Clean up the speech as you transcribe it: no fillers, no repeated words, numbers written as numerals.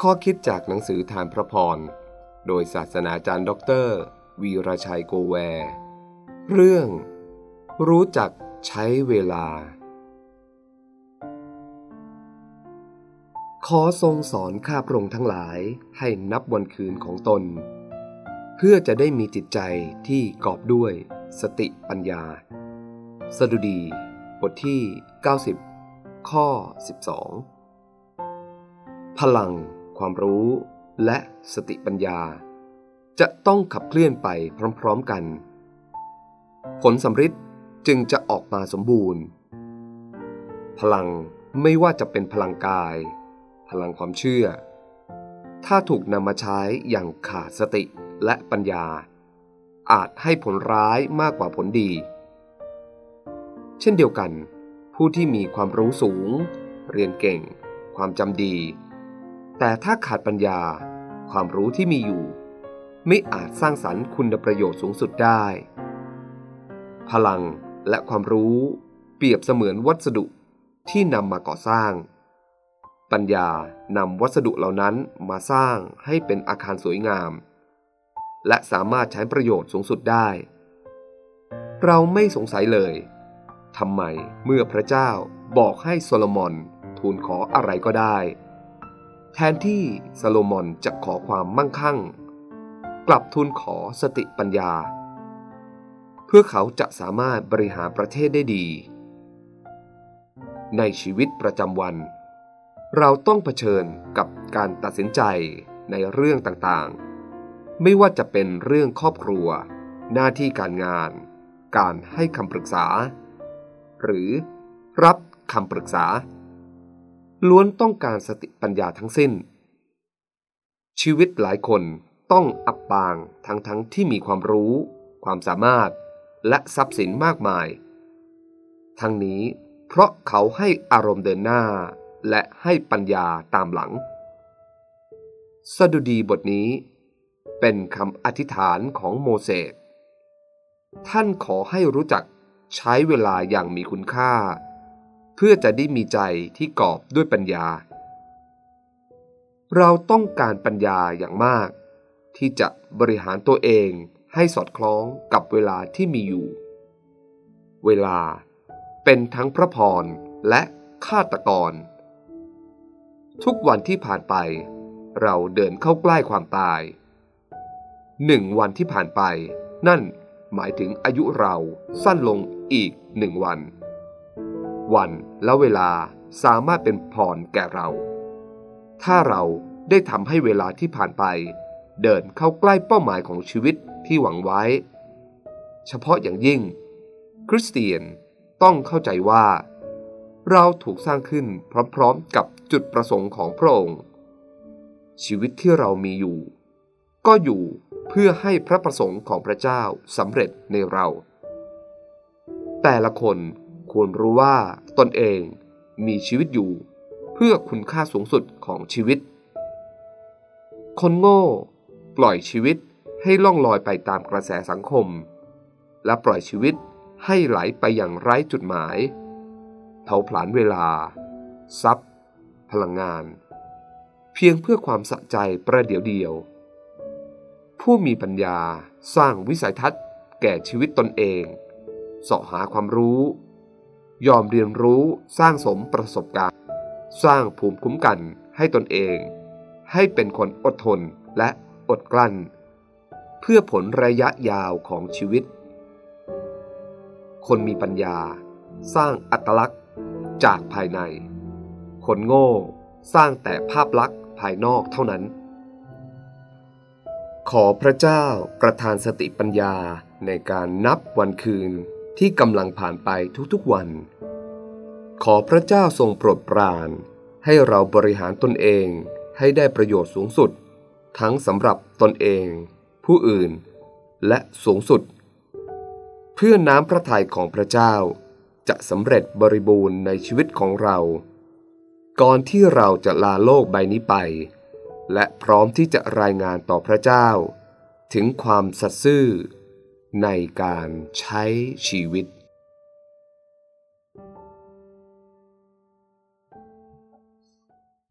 ข้อคิดจากหนังสือทานพระพรโดยศาสนาจารย์ดร.วีรชัยโกแวร์เรื่องรู้จักใช้เวลาขอทรงสอนข้าพระองค์ทั้งหลายให้นับวันคืนของตนเพื่อจะได้มีจิตใจที่กอบด้วยสติปัญญาสดุดีบทที่90ข้อ12พลังความรู้และสติปัญญาจะต้องขับเคลื่อนไปพร้อมๆกันผลสำฤทธิ์จึงจะออกมาสมบูรณ์พลังไม่ว่าจะเป็นพลังกายพลังความเชื่อถ้าถูกนำมาใช้อย่างขาดสติและปัญญาอาจให้ผลร้ายมากกว่าผลดีเช่นเดียวกันผู้ที่มีความรู้สูงเรียนเก่งความจำดีแต่ถ้าขาดปัญญาความรู้ที่มีอยู่ไม่อาจสร้างสรรค์คุณประโยชน์สูงสุดได้พลังและความรู้เปรียบเสมือนวัสดุที่นำมาก่อสร้างปัญญานำวัสดุเหล่านั้นมาสร้างให้เป็นอาคารสวยงามและสามารถใช้ประโยชน์สูงสุดได้เราไม่สงสัยเลยทำไมเมื่อพระเจ้าบอกให้โซโลมอนทูลขออะไรก็ได้แทนที่โซโลมอนจะขอความมั่งคั่งกลับทูลขอสติปัญญาเพื่อเขาจะสามารถบริหารประเทศได้ดีในชีวิตประจำวันเราต้องเผชิญกับการตัดสินใจในเรื่องต่างๆไม่ว่าจะเป็นเรื่องครอบครัวหน้าที่การงานการให้คำปรึกษาหรือรับคำปรึกษาล้วนต้องการสติปัญญาทั้งสิ้นชีวิตหลายคนต้องอับปางทั้งที่มีความรู้ความสามารถและทรัพย์สินมากมายทั้งนี้เพราะเขาให้อารมณ์เดินหน้าและให้ปัญญาตามหลังสดุดีบทนี้เป็นคำอธิษฐานของโมเสสท่านขอให้รู้จักใช้เวลาอย่างมีคุณค่าเพื่อจะได้มีใจที่กอบด้วยปัญญาเราต้องการปัญญาอย่างมากที่จะบริหารตัวเองให้สอดคล้องกับเวลาที่มีอยู่เวลาเป็นทั้งพระพรและฆาตกรทุกวันที่ผ่านไปเราเดินเข้าใกล้ความตาย1 วันที่ผ่านไปนั่นหมายถึงอายุเราสั้นลงอีก1 วันวันและเวลาสามารถเป็นพรแก่เราถ้าเราได้ทำให้เวลาที่ผ่านไปเดินเข้าใกล้เป้าหมายของชีวิตที่หวังไว้เฉพาะอย่างยิ่งคริสเตียนต้องเข้าใจว่าเราถูกสร้างขึ้นพร้อมๆกับจุดประสงค์ของพระองค์ชีวิตที่เรามีอยู่ก็อยู่เพื่อให้พระประสงค์ของพระเจ้าสำเร็จในเราแต่ละคนควรรู้ว่าตนเองมีชีวิตอยู่เพื่อคุณค่าสูงสุดของชีวิตคนโง่ปล่อยชีวิตให้ล่องลอยไปตามกระแสสังคมและปล่อยชีวิตให้ไหลไปอย่างไร้จุดหมายเผาผลาญเวลาทรัพย์พลังงานเพียงเพื่อความสะใจประเดี๋ยวเดียวผู้มีปัญญาสร้างวิสัยทัศน์แก่ชีวิตตนเองเสาะหาความรู้ยอมเรียนรู้สร้างสมประสบการณ์สร้างภูมิคุ้มกันให้ตนเองให้เป็นคนอดทนและอดกลั้นเพื่อผลระยะยาวของชีวิตคนมีปัญญาสร้างอัตลักษณ์จากภายในคนโง่สร้างแต่ภาพลักษณ์ภายนอกเท่านั้นขอพระเจ้าประทานสติปัญญาในการนับวันคืนที่กำลังผ่านไปทุกๆวันขอพระเจ้าทรงโปรดปรานให้เราบริหารตนเองให้ได้ประโยชน์สูงสุดทั้งสำหรับตนเองผู้อื่นและสูงสุดเพื่อน้ำพระทัยของพระเจ้าจะสำเร็จบริบูรณ์ในชีวิตของเราก่อนที่เราจะลาโลกใบนี้ไปและพร้อมที่จะรายงานต่อพระเจ้าถึงความสัตย์ซื่อในการใช้ชีวิต